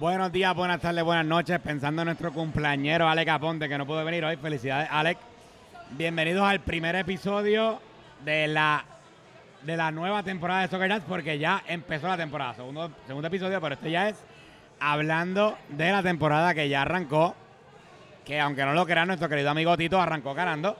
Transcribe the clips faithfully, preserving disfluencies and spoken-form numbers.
Buenos días, buenas tardes, buenas noches. Pensando en nuestro cumpleañero Alex Aponte, que no pudo venir hoy. Felicidades, Alex. Bienvenidos al primer episodio de la de la nueva temporada de Soccer Dad, porque ya empezó la temporada. Segundo, segundo episodio, pero este ya es hablando de la temporada que ya arrancó. Que aunque no lo crean, nuestro querido amigo Tito arrancó ganando.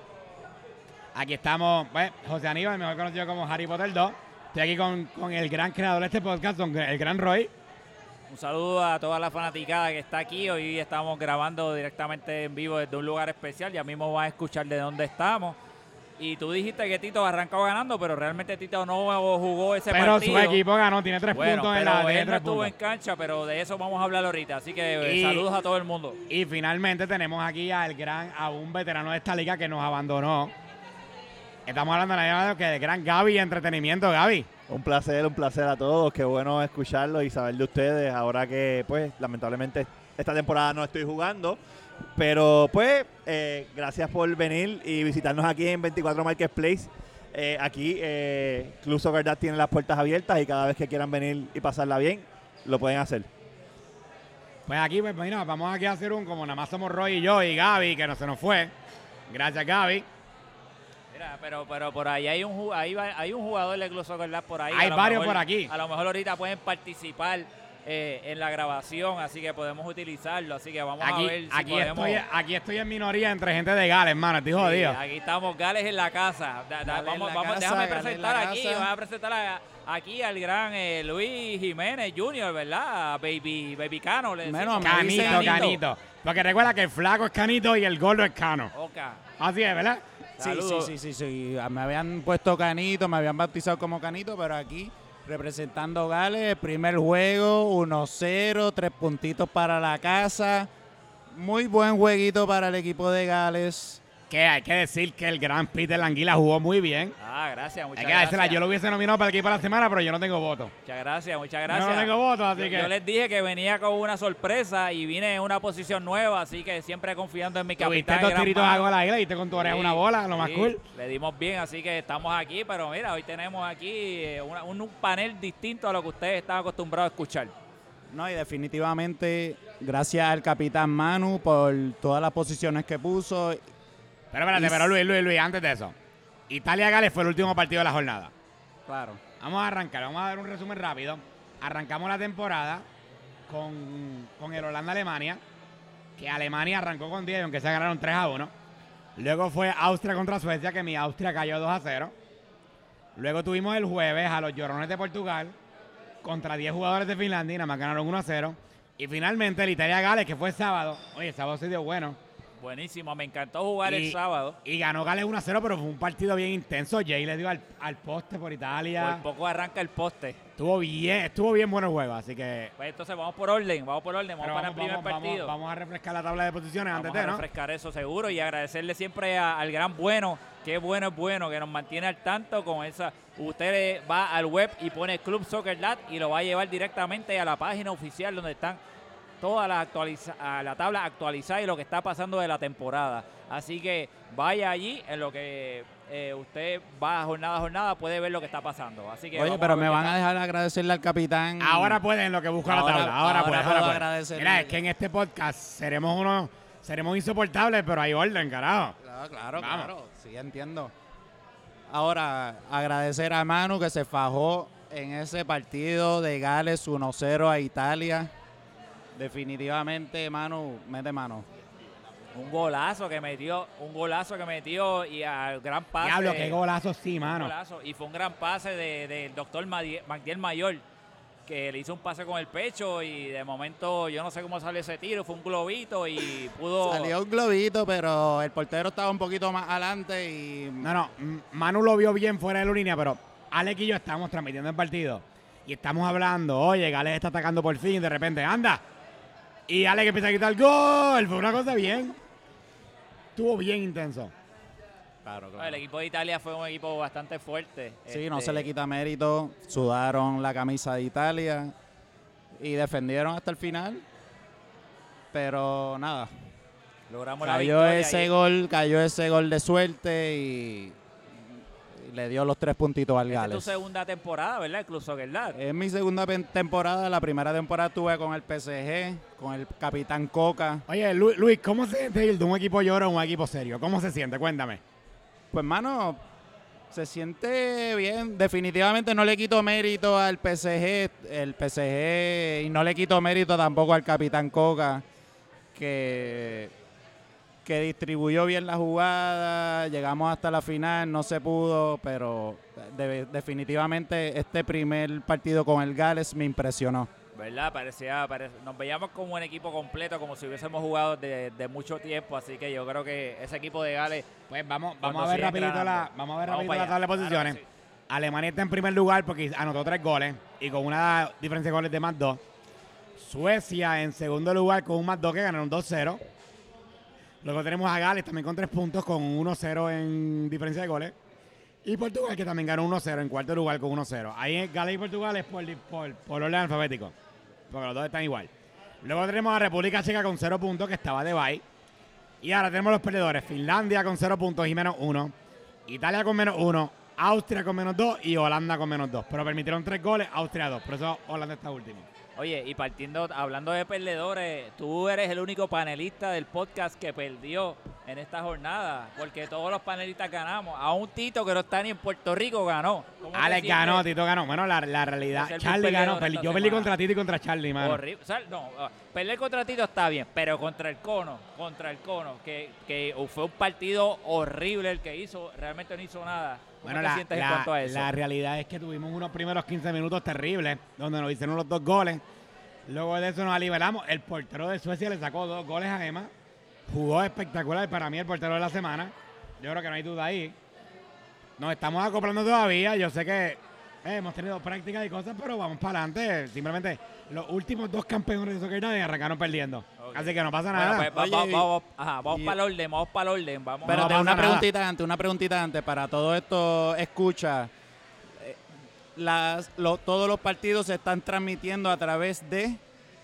Aquí estamos, pues, José Aníbal, mejor conocido como Harry Potter dos. Estoy aquí con, con el gran creador de este podcast, con el gran Roy. Un saludo a toda la fanaticada que está aquí. Hoy estamos grabando directamente en vivo desde un lugar especial. Ya mismo van a escuchar de dónde estamos. Y tú dijiste que Tito arrancó ganando, pero realmente Tito no jugó ese pero partido. Pero su equipo ganó, tiene tres bueno, puntos en pero la él no estuvo puntos. en cancha, pero de eso vamos a hablar ahorita. Así que y, saludos a todo el mundo. Y finalmente tenemos aquí al gran, a un veterano de esta liga que nos abandonó. Estamos hablando de la que del gran Gaby Entretenimiento. Gaby. Un placer, un placer a todos. Qué bueno escucharlo y saber de ustedes. Ahora que, pues, lamentablemente esta temporada no estoy jugando. Pero, pues, eh, gracias por venir y visitarnos aquí en veinticuatro Marketplace. Eh, aquí, eh, Club Soccer Dad tiene las puertas abiertas y cada vez que quieran venir y pasarla bien, lo pueden hacer. Pues aquí, pues, mira, vamos aquí a hacer un, como nada más somos Roy y yo y Gaby, que no se nos fue. Gracias, Gaby. Mira, pero, pero por ahí hay un, ahí va, hay un jugador de Club Soccer Dad por ahí. Hay varios mejor, por aquí. A lo mejor ahorita pueden participar eh, en la grabación, así que podemos utilizarlo. Así que vamos aquí, a ver si aquí podemos... Estoy, aquí estoy en minoría entre gente de Gales, hermano. Estoy jodido. Sí, aquí estamos, Gales en la casa. Da, da, vamos, la vamos, casa, déjame Gales presentar en la aquí, casa. voy a presentar a, aquí al gran eh, Luis Jiménez junior, ¿verdad? Baby, Baby Cano. Le Menos decimos. Canito, Canito. Canito. Porque recuerda que el flaco es Canito y el gordo es Cano. Oca. Así es, ¿verdad? Sí, sí, Saludos. sí, sí, sí. Me habían puesto Canito, me habían bautizado como Canito, pero aquí representando Gales, primer juego, uno cero, tres puntitos para la casa. Muy buen jueguito para el equipo de Gales. Que hay que decir que el gran Peter Languila jugó muy bien. Ah, gracias, muchas Hay que dársela. gracias. Yo lo hubiese nominado para el equipo de la semana, pero yo no tengo voto. Muchas gracias, muchas gracias. Yo no tengo voto, así yo, que... yo les dije que venía con una sorpresa y vine en una posición nueva, así que siempre confiando en mi Tuviste capitán. y dos gran tiritos a mano. gol ahí, le diste con tu oreja Sí, una bola, lo más sí, cool. Le dimos bien, así que estamos aquí, pero mira, hoy tenemos aquí eh, una- un, un panel distinto a lo que ustedes están acostumbrados a escuchar. No, y definitivamente gracias al capitán Manu por todas las posiciones que puso. Pero espérate, Y- pero Luis, Luis, Luis, antes de eso. Italia-Gales fue el último partido de la jornada. Claro. Vamos a arrancar, vamos a dar un resumen rápido. Arrancamos la temporada con, con el Holanda-Alemania, que Alemania arrancó con diez, aunque se ganaron tres a uno. Luego fue Austria contra Suecia, que mi Austria cayó dos a cero. Luego tuvimos el jueves a los Llorones de Portugal contra diez jugadores de Finlandia, y nada más ganaron uno a cero. Y finalmente el Italia-Gales, que fue el sábado. Oye, el sábado se dio bueno. Buenísimo, me encantó jugar Y- el sábado. Y ganó Gales uno a cero, pero fue un partido bien intenso. Jay le dio al, al poste por Italia. Por poco arranca el poste. Estuvo bien, estuvo bien bueno el juego, así que... Pues entonces vamos por orden, vamos por orden, vamos pero para el primer vamos, partido. vamos- vamos a refrescar la tabla de posiciones Vamos antes a de, ¿no? refrescar eso seguro y agradecerle siempre a- al gran bueno, qué bueno es bueno, que nos mantiene al tanto con esa. Usted va al web y pone Club Soccer Dad y lo va a llevar directamente a la página oficial donde están todas las actualiza a la tabla actualizada y lo que está pasando de la temporada. Así que vaya allí en lo que eh, usted va jornada a jornada, puede ver lo que está pasando. Así que Oye, vamos pero ver me qué van tal. a dejar agradecerle al capitán. Ahora pueden en lo que busca la Ahora- tabla. Ahora, ahora pueden, puedo ahora pueden. agradecerle. Mira, es que en este podcast seremos unos... Seremos insoportables, pero hay orden, carajo. Claro, claro, Vamos. claro. Sí, entiendo. Ahora, agradecer a Manu que se fajó en ese partido de Gales uno cero a Italia. Definitivamente, Manu, mete mano. Un golazo que metió, un golazo que metió y al gran pase. Diablo, qué golazo sí, Un mano. golazo. Y fue un gran pase del de, del doctor Magdiel Mayor, que le hizo un pase con el pecho y de momento yo no sé cómo salió ese tiro, fue un globito y pudo... Salió un globito, pero el portero estaba un poquito más adelante y... No, no, M- Manu lo vio bien fuera de la línea, pero Alex y yo estamos transmitiendo el partido y estamos hablando, oye, Gales está atacando por fin y de repente, ¡anda! Y Alex empieza a quitar gol. Fue una cosa bien. Estuvo bien intenso. Claro, El equipo de Italia fue un equipo bastante fuerte. Sí, no Este, se le quita mérito. Sudaron la camisa de Italia y defendieron hasta el final. Pero nada, Logramos la cayó victoria. ese y- gol, cayó ese gol de suerte y, le dio los tres puntitos al Esta es tu Gales. segunda temporada, ¿verdad? El Club Soccer Lat. Es mi segunda pen- temporada. La primera temporada estuve con el P S G, con el Capitán Coca. Oye, Lu- Luis, ¿cómo se siente ir de un equipo lloro a un equipo serio? ¿Cómo se siente? Cuéntame. Pues, mano, se siente bien. Definitivamente no le quito mérito al P S G, el P S G, y no le quito mérito tampoco al Capitán Coca, que, que distribuyó bien la jugada. Llegamos hasta la final, no se pudo, pero de- definitivamente este primer partido con el Gales me impresionó. ¿Verdad? Parecía, parec- nos veíamos como un equipo completo, como si hubiésemos jugado de, de mucho tiempo, así que yo creo que ese equipo de Gales... Pues vamos, Cuando vamos a ver siga rapidito la, entrenando. vamos a ver Vamos rapidito para la allá. tabla de Claro posiciones. que sí. Alemania está en primer lugar porque anotó tres goles y con una diferencia de goles de más dos. Suecia en segundo lugar con un más dos que ganaron dos cero. Luego tenemos a Gales también con tres puntos con uno cero en diferencia de goles. Y Portugal que también ganó uno cero en cuarto lugar con uno cero. Ahí en Gales y Portugal es por, por, por orden alfabético, porque los dos están igual. Luego tenemos a República Checa con cero puntos que estaba de bye. Y ahora tenemos los perdedores. Finlandia con cero puntos y menos uno. Italia con menos uno. Austria con menos dos y Holanda con menos dos. Pero permitieron tres goles, Austria dos. Por eso Holanda está último. Oye, y partiendo, hablando de perdedores, tú eres el único panelista del podcast que perdió en esta jornada, porque todos los panelistas ganamos. A un Tito que no está ni en Puerto Rico ganó. ¿Cómo te Alex sientes? ganó, Tito ganó. Bueno, la, la realidad, Es el Charlie perdedor ganó. Perdí- esta yo perdí semana. contra Tito y contra Charlie, mano. Horrible. O sea, no, ah, perder contra Tito está bien, pero contra el Cono, contra el Cono, que, que fue un partido horrible el que hizo, realmente no hizo nada. ¿Cómo Bueno, te la, sientes en la- cuanto a eso? la realidad es que tuvimos unos primeros quince minutos terribles, donde nos hicieron los dos goles. Luego de eso nos liberamos. El portero de Suecia le sacó dos goles a Emma. Jugó espectacular para mí el portero de la semana. Yo creo que no hay duda ahí. Nos estamos acoplando todavía. Yo sé que eh, hemos tenido prácticas y cosas, pero vamos para adelante. Simplemente los últimos dos campeones de Soccer Daddy arrancaron perdiendo. Ok. Así que no pasa Bueno, nada. pues, va- Oye, va- vamos, ajá, vamos y- para el orden, vamos para el orden, vamos. Pero no te pasa una nada. preguntita antes, una preguntita antes, para todo esto escucha. eh, Las, lo- todos los partidos se están transmitiendo a través de...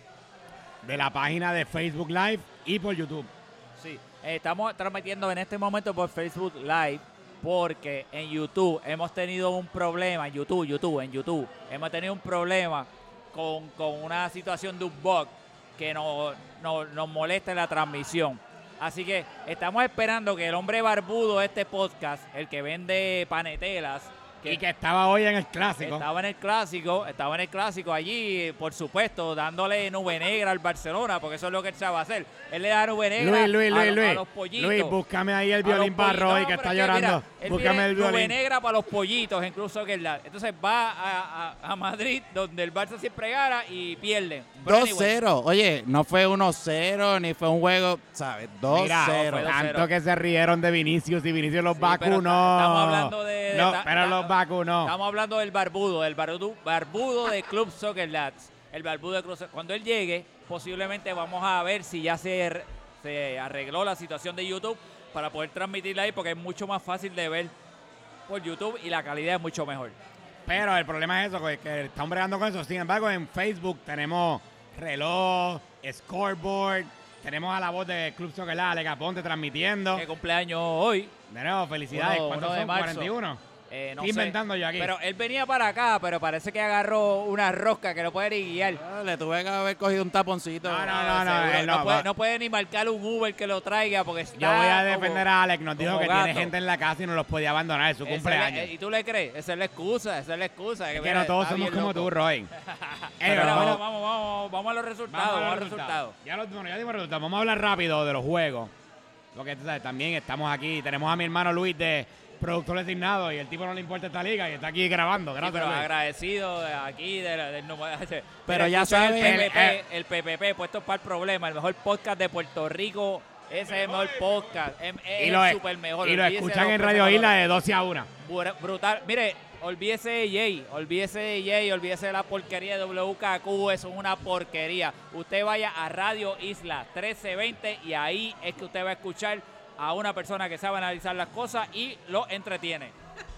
De la página de Facebook Live y por YouTube. Sí, eh, estamos transmitiendo en este momento por Facebook Live porque en YouTube hemos tenido un problema, en YouTube, YouTube, en YouTube, hemos tenido un problema con, con una situación de un bug que no, no- nos molesta en la transmisión. Así que estamos esperando que el hombre barbudo de este podcast, el que vende panetelas, que, Y que estaba hoy en el clásico. estaba en el clásico, estaba en el clásico allí, por supuesto, dándole nube negra al Barcelona, porque eso es lo que él sabe hacer. Él le da nube negra Luis, Luis, a, Luis, lo- a Luis. los pollitos. Luis, búscame ahí el A los violín para pollitos. Roy No, que pero está es que, llorando. mira, él Búscame pide el nube violín. negra para los pollitos, incluso que la, entonces va a, a- a Madrid, donde el Barça siempre gana y pierde. Pero dos anyway, cero. Oye, no fue uno cero, ni fue un juego, ¿sabes? dos Mira, cero. fue dos tanto cero. que se rieron de Vinicius y Vinicius los Sí, pero vacunó. estamos hablando de- No, ta- pero ta- los vacunó. Estamos hablando del barbudo, del barbudo, barbudo de Club Soccer Lads. El barbudo de Club Soccer. Cuando él llegue, posiblemente vamos a ver si ya se, se arregló la situación de YouTube para poder transmitirla ahí, porque es mucho más fácil de ver por YouTube y la calidad es mucho mejor. Pero el problema es eso, que, que están bregando con eso. Sin embargo, en Facebook tenemos reloj, scoreboard, tenemos a la voz de Club Soccer Alex Aponte transmitiendo. ¿Qué cumpleaños hoy? De nuevo, felicidades. Uno- ¿Cuántos uno de son? marzo. cuarenta y uno. Eh, no Estoy sé. inventando yo aquí. Pero él venía para acá, pero parece que agarró una rosca que no puede ni guiar. Ah, le tuve que haber cogido un taponcito. No, no, no, no, Seguro. él no, no, puede, va. no puede ni marcar un Uber que lo traiga porque está Yo voy a como- defender a Alex. Nos dijo como que gato. tiene gente en la casa y no los podía abandonar. Es su Esa es cumpleaños. la- ¿Y tú le crees? Esa es la excusa, esa es la excusa. Es que mira, no todos está somos bien como loco. tú, Roy. Pero Anyway, bueno, vamos- vamos, vamos, vamos a los resultados, vamos a los resultados. Ya, los, bueno, ya dimos resultados. Vamos a hablar rápido de los juegos. Porque tú sabes, también estamos aquí. Tenemos a mi hermano Luis de productor designado y el tipo no le importa esta liga y está aquí grabando. Sí, Gracias, pero Luis. agradecido de aquí de la- del número. Pero Mira, ya escuchen saben, el P P P, eh, el P P P puesto para el problema, el mejor podcast de Puerto Rico. Ese es el mejor podcast. Es, es Y lo, el super mejor. y lo Olvídese escuchan de en los Radio Isla presentadores. de doce a una. Bur- Brutal. Mire, olvídese de Jay, olvídese de Jay, olvídese de la porquería de W K Q, eso es una porquería. Usted vaya a Radio Isla trece veinte y ahí es que usted va a escuchar a una persona que sabe analizar las cosas y lo entretiene.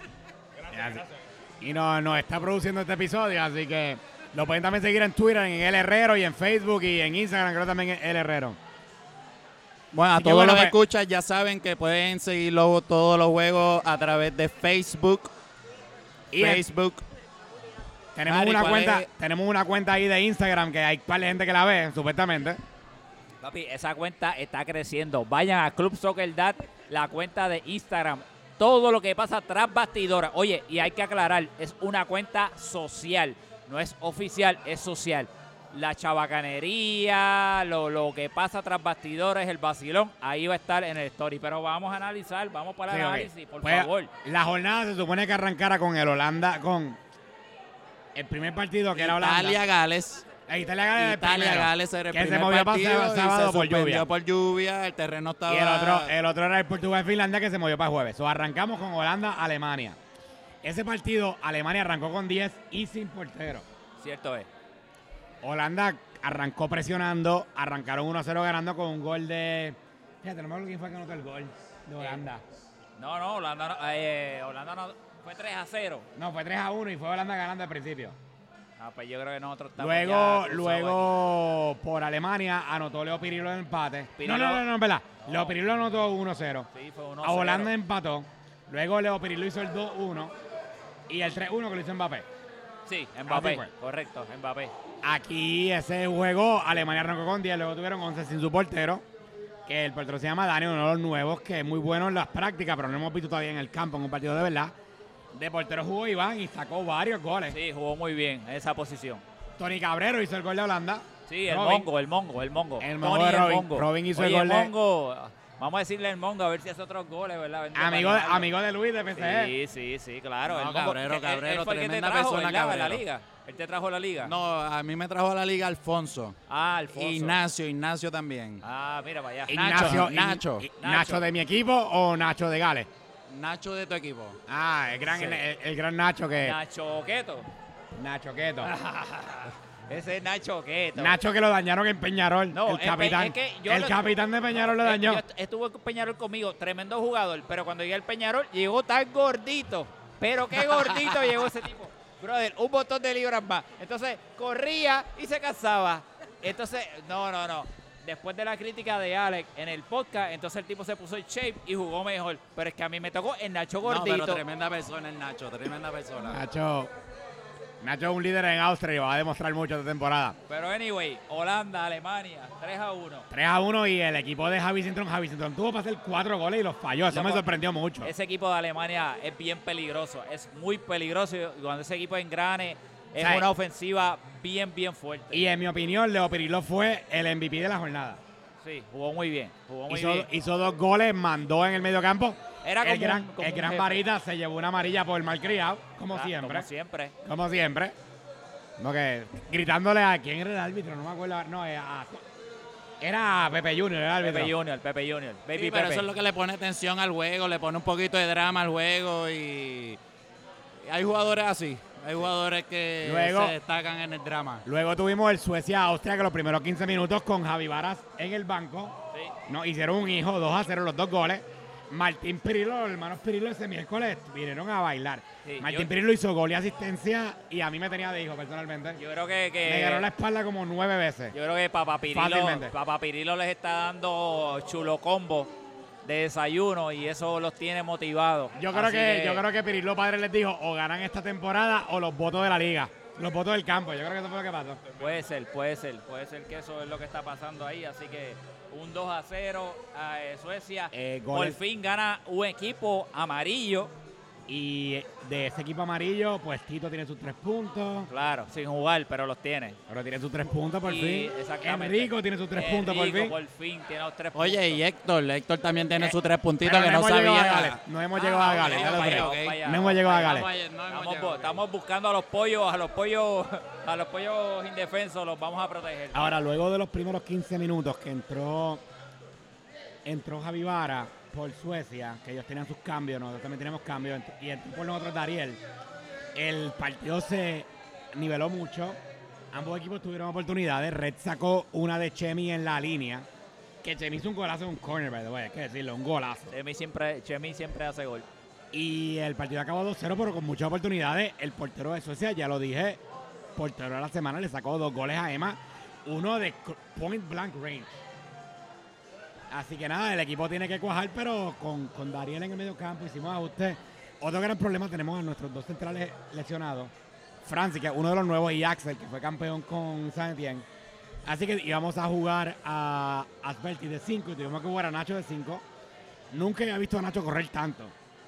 Y nos no está produciendo este episodio, así que lo pueden también seguir en Twitter, en El Herrero y en Facebook y en Instagram, creo también en El Herrero. Bueno, a Así que todos bueno, los pues- escuchas ya saben que pueden seguir luego todos los juegos a través de Facebook Y el- Facebook. Tenemos Ari, una ¿cuál cuenta, es? tenemos una cuenta ahí de Instagram que hay un par de gente que la ve, supuestamente. Papi, esa cuenta está creciendo. Vayan a Club Soccer Dad, la cuenta de Instagram. Todo lo que pasa tras bastidora. Oye, y hay que aclarar, es una cuenta social. No es oficial, es social. La chabacanería, lo, lo que pasa tras bastidores, el vacilón, ahí va a estar en el story. Pero vamos a analizar, vamos para el Sí, ok. análisis, por Pues, favor. La jornada se supone que arrancara con el Holanda, con el primer partido que era Holanda. Italia-Gales. Eh, Italia Gales era el primero, Italia-Gales era el que se primer movió para partido sábado, y sábado se por suspendió lluvia. por lluvia, el terreno estaba... Y el otro, el otro era el Portugal-Finlandia que se movió para jueves. So, arrancamos con Holanda-Alemania. Ese partido, Alemania arrancó con diez y sin portero. Cierto es. Holanda arrancó presionando, arrancaron uno a cero ganando con un gol de... Fíjate, no me acuerdo quién fue el que anotó el gol de Holanda. No, no, Holanda no, eh, Holanda no, fue tres a cero. No, fue tres a uno y fue Holanda ganando al principio. Ah, pues yo creo que nosotros estamos Luego, ya cruzados luego por Alemania anotó Leo Pirillo el empate. Pirillo- No, no, no, no, es verdad. No. Leo Pirillo anotó uno cero. aquí. Sí, fue uno A Holanda cero. empató. Luego Leo Pirillo hizo el dos uno. Y el tres uno que lo hizo Mbappé. Sí, Así Mbappé, fue. correcto, Mbappé. Aquí ese juego, Alemania arrancó con diez, luego tuvieron once sin su portero. Que el portero se llama Dani, uno de los nuevos, que es muy bueno en las prácticas, pero no hemos visto todavía en el campo en un partido de verdad. De portero jugó Iván y sacó varios goles. Sí, jugó muy bien en esa posición. Tony Cabrero hizo el gol de Holanda. Sí, el Robin. mongo, el mongo, el mongo. El Tony, mongo de Robin. mongo. Robin hizo el Oye, gol de- mongo, vamos a decirle el mongo a ver si hace otros goles, ¿verdad? Vente Amigo para de, animarlo. amigo de Luis de P C E. Sí, sí, sí, claro. No, el mongo, Cabrero, que- él- Cabrero, él fue el que te tremenda trajo, persona, ¿verdad? En la Cabrero. liga. Él te trajo a la liga. No, a mí me trajo a la liga Alfonso. Ah, Alfonso. Ignacio, Ignacio también. Ah, mira, vaya. Ignacio, Nacho, Nacho. I- I- Nacho de mi equipo o Nacho de Gales. Nacho de tu equipo. Ah, el gran, Sí. el, el gran Nacho que... Nacho Queto. Nacho Queto. Ese es Nacho Queto. Nacho que lo dañaron en Peñarol. No, el es pe- capitán. es que yo el lo- capitán de Peñarol lo Eh, dañó. yo est- estuvo en Peñarol conmigo, tremendo jugador, pero cuando llegué al Peñarol llegó tan gordito. Pero qué gordito llegó ese tipo. Brother, un montón de libras más. Entonces, corría y se cansaba. Entonces, no, no, no. Después de la crítica de Alex en el podcast, entonces el tipo se puso en shape y jugó mejor. Pero es que a mí me tocó el Nacho No, gordito. pero tremenda persona el Nacho, tremenda persona. Nacho, Nacho es un líder en Austria y va a demostrar mucho esta temporada. Pero anyway, Holanda, Alemania, tres a uno. tres a uno y el equipo de Javi Cintrón. Javi Cintrón tuvo para hacer cuatro goles y los falló. Eso me Loco, sorprendió mucho. Ese equipo de Alemania es bien peligroso, es muy peligroso y cuando ese equipo engrane es Sí. una ofensiva bien, bien fuerte. Y en mi opinión, Leo Pirillo fue el M V P de la jornada. Sí, jugó muy bien, jugó muy Hizo, bien. hizo dos goles, mandó en el medio campo. Era como el gran, un- como el un gran jefe. Varita se llevó una amarilla por el malcriado, como Ah, siempre. Como siempre. Como siempre. No, que gritándole a quién era el árbitro, no me acuerdo. No, eh, a- era a Pepe Junior, el árbitro. Pepe Junior, Pepe Junior. Baby Sí, pero Pepe. eso es lo que le pone tensión al juego, le pone un poquito de drama al juego y hay jugadores así, hay jugadores que Luego- se destacan en el drama. Luego tuvimos el Suecia-Austria, que los primeros quince minutos con Javi Varas en el banco. Sí. No, hicieron un hijo, dos a cero los dos goles. Martín Pirillo, los hermanos Pirillo ese miércoles vinieron a bailar. Sí, Martín yo- Pirillo hizo gol y asistencia y a mí me tenía de hijo personalmente. Yo creo que, que Me ganó la espalda como nueve veces. yo creo que Papá Pirilo, Fácilmente. Papá Pirilo les está dando chulo combo de desayuno y eso los tiene motivados. Yo creo Así que, yo creo que Pirillo padre les dijo o ganan esta temporada o los votos de la liga. Los votos del campo. Yo creo que eso fue lo que pasó. Puede ser, puede ser, puede ser que eso es lo que está pasando ahí, así que un dos a cero a eh, Suecia. Eh, Por goles. fin gana un equipo amarillo, Y de ese equipo amarillo, pues Tito tiene sus tres puntos. claro, sin jugar, pero los tiene. Pero tiene sus tres puntos por Y- fin. exactamente. Enrico tiene sus tres puntos por Enrico fin. por fin tiene los tres Oye, puntos. y Héctor, Héctor también tiene Eh, sus tres puntitos Pero que no hemos llegado a sabía. Gales. No hemos Ah, llegado a ok, Gales. ok, ya lo ok, creo. ok. Vaya. No hemos llegado a Gales. Vamos a- no hemos Estamos, llegado, bu- ok. estamos buscando a los pollos, a los pollos, a los pollos indefensos, los vamos a proteger. Ahora, luego de los primeros quince minutos que entró entró Javi Vara por Suecia, que ellos tenían sus cambios, nosotros también teníamos cambios, ent- y entró por nosotros Dariel, el partido se niveló mucho. Ambos equipos tuvieron oportunidades. Red sacó una de Chemi en la línea, que Chemi hizo un golazo en un corner, by the way, hay que decirlo, un golazo. Chemi siempre, Chemi siempre hace gol. Y el partido acabó dos cero, pero con muchas oportunidades. El portero de Suecia, ya lo dije, portero de la semana, le sacó dos goles a Emma, uno de cr- point blank range. Así que nada, el equipo tiene que cuajar, pero con, con Dariel en el medio campo hicimos ajustes. otro gran problema tenemos a nuestros dos centrales lesionados. Francis, que es uno de los nuevos, y Axel, que fue campeón con Saint Etienne. Así que íbamos a jugar a Asbelti de cinco y tuvimos que jugar a Nacho de cinco. Nunca había visto a Nacho correr tanto.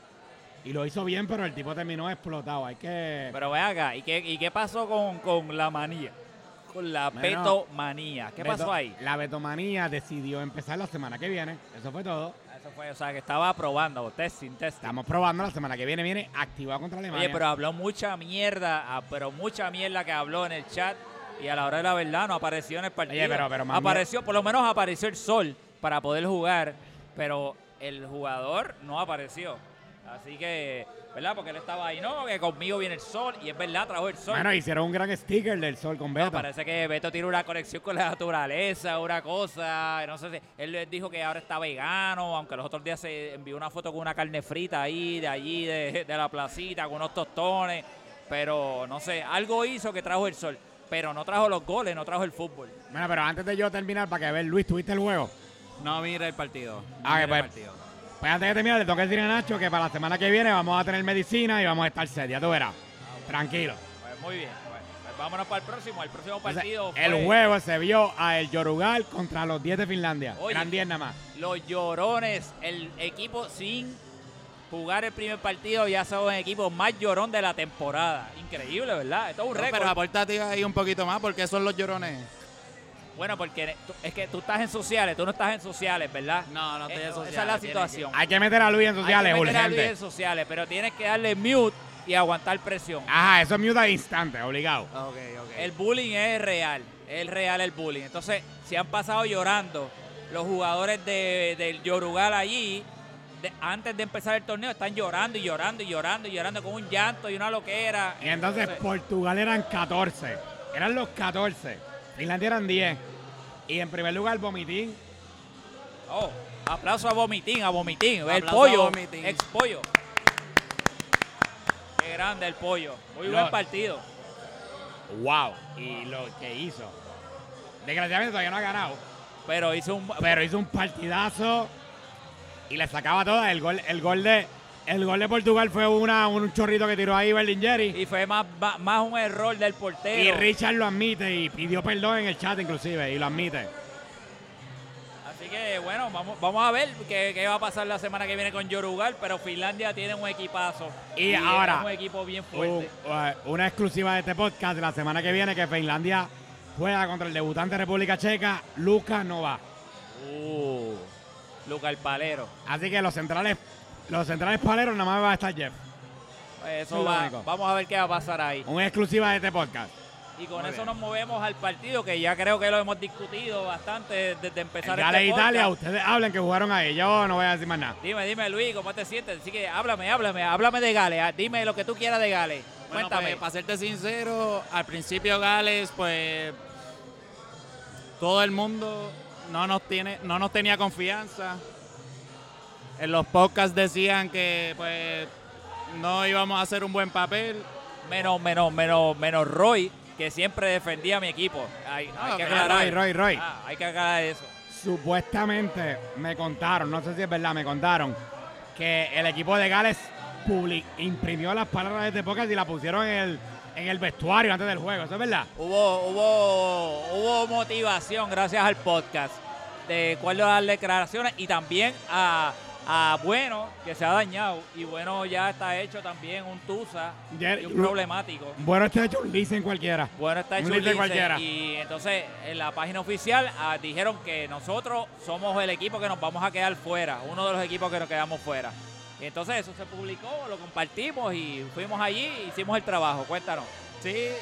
Y lo hizo bien, pero el tipo terminó explotado. Hay que... Pero ve acá, ¿y qué, y qué pasó con, con la manía? Con la Bueno, betomanía. ¿Qué Beto- pasó ahí? La betomanía decidió empezar la semana que viene. Eso fue todo. Eso fue, o sea, que estaba probando, testing, testing. Estamos probando la semana que viene. Viene activado contra Alemania. Oye, pero habló mucha mierda, ah, pero mucha mierda que habló en el chat y a la hora de la verdad no apareció en el partido. Oye, pero- pero más apareció, por lo menos apareció el sol para poder jugar, pero el jugador no apareció. Así que, ¿verdad? Porque él estaba ahí, no, que conmigo viene el sol y es verdad, trajo el sol. Bueno, hicieron un gran sticker del sol con Beto. No, parece que Beto tiene una conexión con la naturaleza, una cosa, no sé si, él les dijo que ahora está vegano, aunque los otros días se envió una foto con una carne frita ahí, de allí, de, de la placita, con unos tostones, pero no sé, algo hizo que trajo el sol, pero no trajo los goles, no trajo el fútbol. Bueno, pero antes de yo terminar, para que ver, Luis, ¿tuviste el juego? No mira el partido. No Ah, mira que el pues- partido. Pues antes de terminar, le tengo que decir a Nacho que para la semana que viene vamos a tener medicina y vamos a estar set, ya tú verás. Tranquilo. Pues muy bien, bueno, pues vámonos para el próximo, el próximo Entonces, partido fue el juego se vio a el Yorugal contra los diez de Finlandia. Oye, Eran diez nada más. los llorones, el equipo sin jugar el primer partido ya son el equipo más llorón de la temporada. Increíble, ¿verdad? Esto es un No, récord. pero apórtate ahí un poquito más porque son los llorones. Bueno, porque tú- es que tú estás en sociales, tú no estás en sociales, ¿verdad? No, no estoy Eh, en sociales. Esa es la tiene situación. Hay que meter a Luis en sociales, Hay que meter a Luis urgente. en sociales, pero tienes que darle mute y aguantar presión. Ajá, eso es mute a instante, obligado. que- Ok, ok. El bullying es real, es real el bullying. Entonces, si han pasado llorando los jugadores de, del Yorugal allí, de- antes de empezar el torneo, están llorando y llorando y llorando y llorando con un llanto y una loquera. Y entonces Portugal eran catorce. Eran los catorce. Finlandia eran diez. Y en primer lugar, Vomitín. Oh, aplauso a Vomitín, a Vomitín. El Aplauso a pollo, Vomitín. ex pollo. Qué grande el pollo. Muy Lo- buen partido. Wow. Y lo que hizo. Desgraciadamente todavía no ha ganado. Pero hizo un. Pero hizo un partidazo y le sacaba toda. El gol, el gol de el gol de Portugal fue una, un chorrito que tiró ahí Berlingeri. Y fue más, más, más un error del portero. Y Richard lo admite y pidió perdón en el chat inclusive y lo admite. Así que bueno, vamos, vamos a ver qué, qué va a pasar la semana que viene con Yorugal, pero Finlandia tiene un equipazo. Y ahora, es un equipo bien Un- fuerte. uh, una exclusiva de este podcast la semana que viene que Finlandia juega contra el debutante de República Checa, Luka Nova. Uh, Luca el Palero. Así que los centrales, los centrales paleros nada más va a estar Jeff. Pues Eso eso es lo va, único. vamos a ver qué va a pasar ahí. Una exclusiva de este podcast. Y con Muy eso bien. nos movemos al partido, que ya creo que lo hemos discutido bastante desde empezar Gales este Italia, podcast. ustedes hablen que jugaron ahí. Yo no voy a decir más nada. Dime, dime, Luis, ¿cómo te sientes? Así que háblame, háblame, háblame de Gales. ah, Dime lo que tú quieras de Gales. Bueno, Cuéntame. pues, para serte sincero, al principio Gales, pues todo el mundo no nos tiene, no nos tenía confianza. En los podcasts decían que pues no íbamos a hacer un buen papel. menos, menos, menos, menos Roy, que siempre defendía a mi equipo. Hay, hay Ah, que pero aclarar. Roy, Roy, Roy. Ah, hay que aclarar eso. Supuestamente me contaron, no sé si es verdad, me contaron que el equipo de Gales public, imprimió las palabras de este podcast y las pusieron en el, en el vestuario antes del juego. ¿Eso es verdad? Hubo, hubo, hubo motivación gracias al podcast de cuál a las declaraciones y también a, a Bueno, que se ha dañado. Y Bueno ya está hecho también un tusa Ya- y un problemático. Bueno, este ha hecho un listen cualquiera. Bueno, está Un hecho un liste listen, cualquiera. y entonces en la página oficial ah, dijeron que nosotros somos el equipo que nos vamos a quedar fuera, uno de los equipos que nos quedamos fuera. Y entonces eso se publicó, lo compartimos y fuimos allí y hicimos el trabajo. Cuéntanos, Sí, ¿qué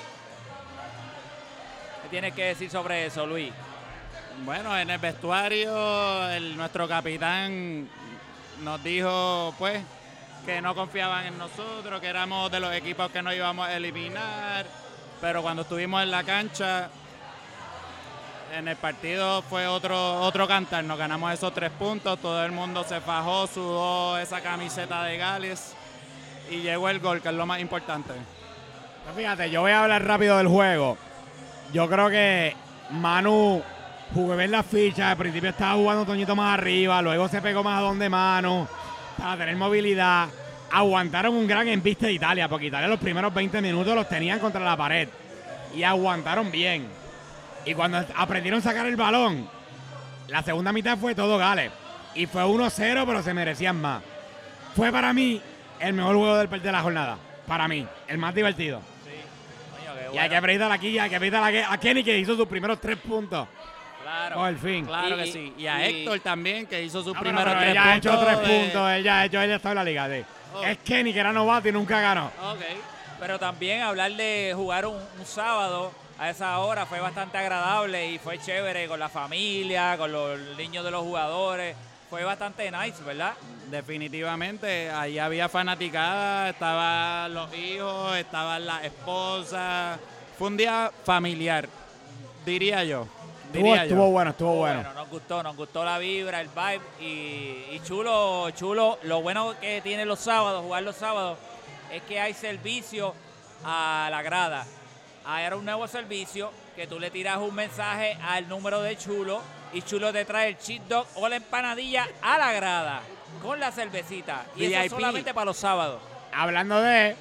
tienes que decir sobre eso, Luis? bueno, en el vestuario el, nuestro capitán nos dijo pues que no confiaban en nosotros, que éramos de los equipos que nos íbamos a eliminar, pero cuando estuvimos en la cancha, en el partido fue otro, otro cantar, nos ganamos esos tres puntos, todo el mundo se fajó, sudó esa camiseta de Gales y llegó el gol, que es lo más importante. Pues fíjate, yo voy a hablar rápido del juego. Yo creo que Manu jugó bien las fichas. Al principio estaba jugando Toñito más arriba, luego se pegó más a donde Manu para tener movilidad. aguantaron un gran embiste de Italia, porque Italia los primeros veinte minutos los tenían contra la pared y aguantaron bien. Y cuando aprendieron a sacar el balón, la segunda mitad fue todo Gales. Y fue uno cero, pero se merecían más. Fue para mí el mejor juego del, de la jornada. Para mí, el más divertido. Sí. Coño, qué Y bueno. hay que felicitar aquí, hay que felicitar a Kenny, que hizo sus primeros tres puntos. Claro. Por fin. Claro Y- que sí. Y a y- Héctor también, que hizo sus No, pero, primeros pero tres él ya ha hecho puntos. tres de- puntos, él ya ha hecho, él ya está en la liga. Sí. Oh. Es Kenny, que era novato y nunca ganó. Ok. Pero también hablar de jugar un, un sábado a esa hora fue bastante agradable y fue chévere con la familia, con los niños de los jugadores. Fue bastante nice, ¿verdad? Definitivamente, ahí había fanaticada, estaban los hijos, estaban las esposas. Fue un día familiar, diría yo. Estuvo, Diría yo. estuvo bueno, estuvo bueno. Nos gustó, nos gustó la vibra, el vibe y, y chulo, chulo. Lo bueno que tiene los sábados, jugar los sábados, es que hay servicio a la grada. Ah, era un nuevo servicio que tú le tiras un mensaje al número de Chulo y Chulo te trae el cheat dog o la empanadilla a la grada con la cervecita. Y eso V I P. es solamente para los sábados. Hablando de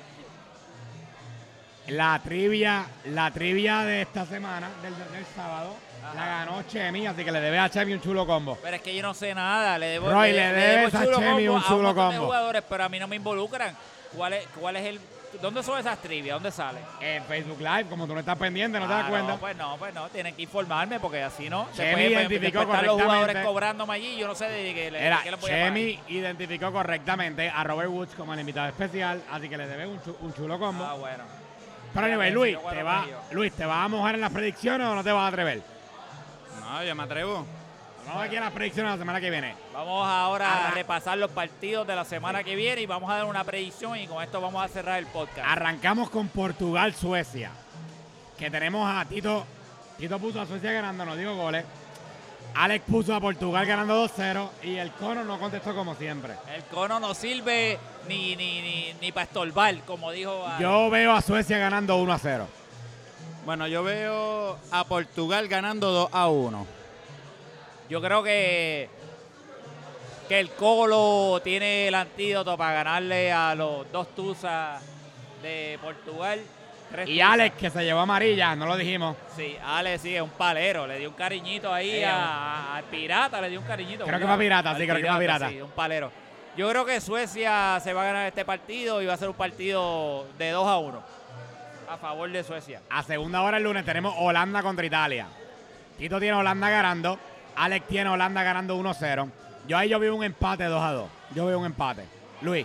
la trivia, la trivia de esta semana, del, del sábado, Ajá. la ganó Chemi, así que le debe a Chemi un chulo combo. Pero es que yo no sé nada. Le debo, Roy, le debes a chulo Chemi combo un a chulo montón de combo. jugadores, pero a mí no me involucran. ¿Cuál es, cuál es el, ¿Dónde son esas trivias? ¿Dónde salen? En Facebook Live, como tú no estás pendiente, no te Ah, das cuenta. No, pues no, pues no, tienen que informarme porque así no. Chemi puede- identificó después están los jugadores correctamente. cobrándome allí, yo no sé de qué le, Era, de qué les voy a pagar. Chemi identificó correctamente a Robert Woods como el invitado especial, así que le debe un, chu- un chulo combo. Ah, bueno. Pero anyway, ya Luis, pensé, yo ¿te guardo va, medio. Luis, ¿te vas a mojar en las predicciones o no te vas a atrever? No, yo me atrevo. Vamos aquí a las predicciones la semana que viene. Vamos ahora a Arra- repasar los partidos de la semana que viene y vamos a dar una predicción y con esto vamos a cerrar el podcast. Arrancamos con Portugal-Suecia, que tenemos a Tito. Tito puso a Suecia ganando, no digo goles. Alex puso a Portugal ganando dos cero y el Cono no contestó como siempre. El cono no sirve ni, ni, ni, ni para estorbar, como dijo. a- Yo veo a Suecia ganando uno a cero. Bueno, yo veo a Portugal ganando dos a uno. Yo creo que, que el Colo tiene el antídoto para ganarle a los dos Tuzas de Portugal. Tres Y tuzas. Alex, que se llevó amarilla, no lo dijimos. Sí, Alex sí, es un palero. Le dio un cariñito ahí Sí, a- a- al Pirata, le dio un cariñito. Creo que ¿verdad? fue Pirata, sí, Al creo que fue Pirata. Sí, un palero. Yo creo que Suecia se va a ganar este partido y va a ser un partido de dos a uno a favor de Suecia. A segunda hora el lunes tenemos Holanda contra Italia. Tito tiene Holanda ganando. Alex tiene Holanda ganando uno cero. Yo ahí yo veo un empate dos a dos. Yo veo un empate. Luis.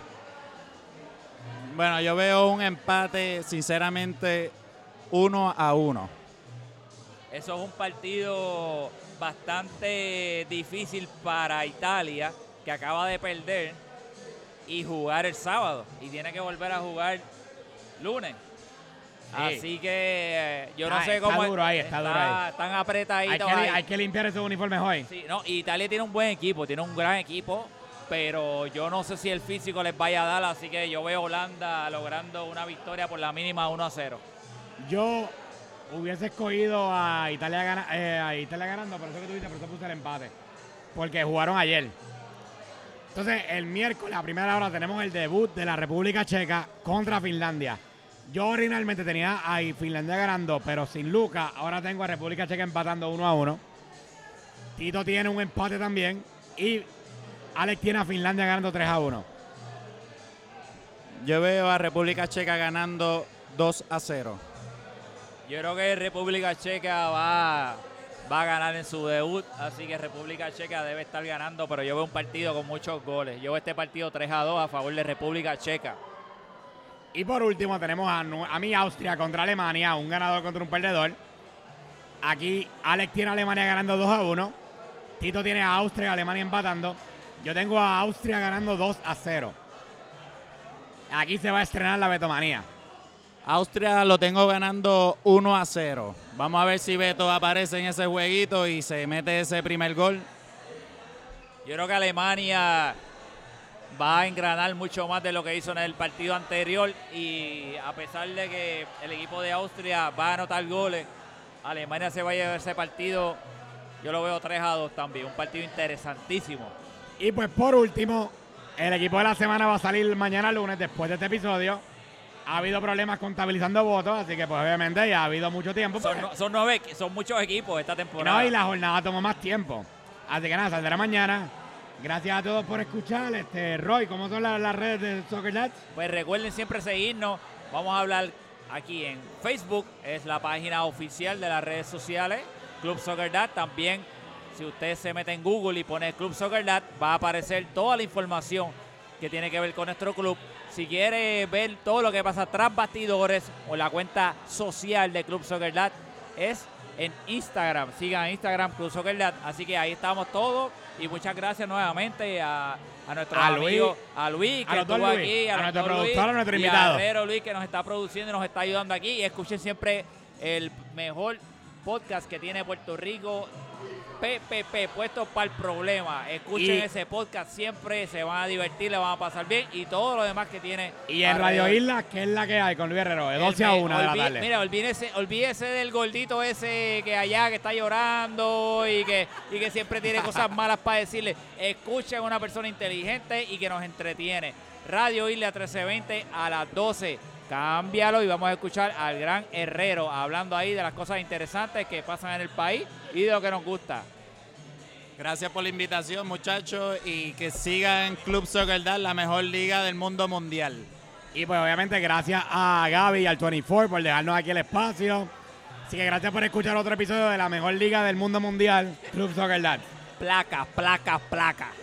Bueno, yo veo un empate, sinceramente, uno a uno. Eso es un partido bastante difícil para Italia, que acaba de perder y jugar el sábado. Y tiene que volver a jugar lunes. Sí. Así que eh, yo no Ah, sé está cómo. duro ahí, está duro ahí. Están Hay apretaditos que, li- ahí. hay que limpiar esos uniformes hoy. Sí, no, y Italia tiene un buen equipo, tiene un gran equipo, pero yo no sé si el físico les vaya a dar, así que yo veo a Holanda logrando una victoria por la mínima uno a cero. Yo hubiese escogido a Italia, gana- eh, a Italia ganando, por eso que tú dices, por eso puse el empate. Porque jugaron ayer. Entonces, el miércoles, a primera hora, tenemos el debut de la República Checa contra Finlandia. Yo originalmente tenía a Finlandia ganando, pero sin Luka. Ahora tengo a República Checa empatando uno a uno. Tito tiene un empate también. Y Alex tiene a Finlandia ganando tres a uno. Yo veo a República Checa ganando dos a cero. Yo creo que República Checa va, va a ganar en su debut, así que República Checa debe estar ganando, pero yo veo un partido con muchos goles. Yo veo este partido tres a dos a favor de República Checa. Y por último tenemos a, nu- a mi Austria contra Alemania, un ganador contra un perdedor. Aquí Alex tiene a Alemania ganando dos a uno. Tito tiene a Austria y Alemania empatando. Yo tengo a Austria ganando dos a cero. Aquí se va a estrenar la Betomanía. Austria lo tengo ganando uno a cero. Vamos a ver si Beto aparece en ese jueguito y se mete ese primer gol. Yo creo que Alemania va a engranar mucho más de lo que hizo en el partido anterior y a pesar de que el equipo de Austria va a anotar goles, Alemania se va a llevar ese partido, yo lo veo tres a dos también, un partido interesantísimo. Y pues por último, El equipo de la semana va a salir mañana lunes después de este episodio. Ha habido problemas contabilizando votos, así que pues obviamente ya ha habido mucho tiempo. Son, no- son nueve, son muchos equipos esta temporada. No, y la jornada tomó más tiempo. Así que nada, saldrá mañana. Gracias a todos por escuchar. Este, Roy, ¿cómo son las, las redes de Soccer Dads? Pues recuerden siempre seguirnos. Vamos a hablar aquí en Facebook, es la página oficial de las redes sociales, Club Soccer Dad. También, si usted se mete en Google y pone Club Soccer Dad, va a aparecer toda la información que tiene que ver con nuestro club. Si quiere ver todo lo que pasa tras bastidores o la cuenta social de Club Soccer Dad, es en Instagram. Sigan Instagram Club Soccer Dad. Así que ahí estamos todos. Y muchas gracias nuevamente a, a nuestro A Luis. amigo, a Luis, A que los dos estuvo Luis. aquí, A los nuestro dos Luis, productor, a nuestro y invitado. a Herrero Luis, que nos está produciendo y nos está ayudando aquí. Y escuchen siempre el mejor podcast que tiene Puerto Rico, P P P, Puestos para el Problema. Escuchen Y- ese podcast siempre, se van a divertir, le van a pasar bien y todo lo demás que tiene. Y en Radio alrededor. Isla, que es la que hay con Luis Herrero, de El doce a me- una de la olví- tarde. Mira, olvídese, olvídese del gordito ese que allá que está llorando y que, y que siempre tiene cosas malas para decirle. Escuchen a una persona inteligente y que nos entretiene. Radio Isla trece veinte a las doce. Cámbialo y vamos a escuchar al gran Herrero hablando ahí de las cosas interesantes que pasan en el país y de lo que nos gusta. Gracias por la invitación, muchachos, y que sigan Club Soccer Dad, la mejor liga del mundo mundial. Y pues obviamente gracias a Gaby y al veinticuatro por dejarnos aquí el espacio. Así que gracias por escuchar otro episodio de la mejor liga del mundo mundial, Club Soccer Dad. Placa, placa, placa.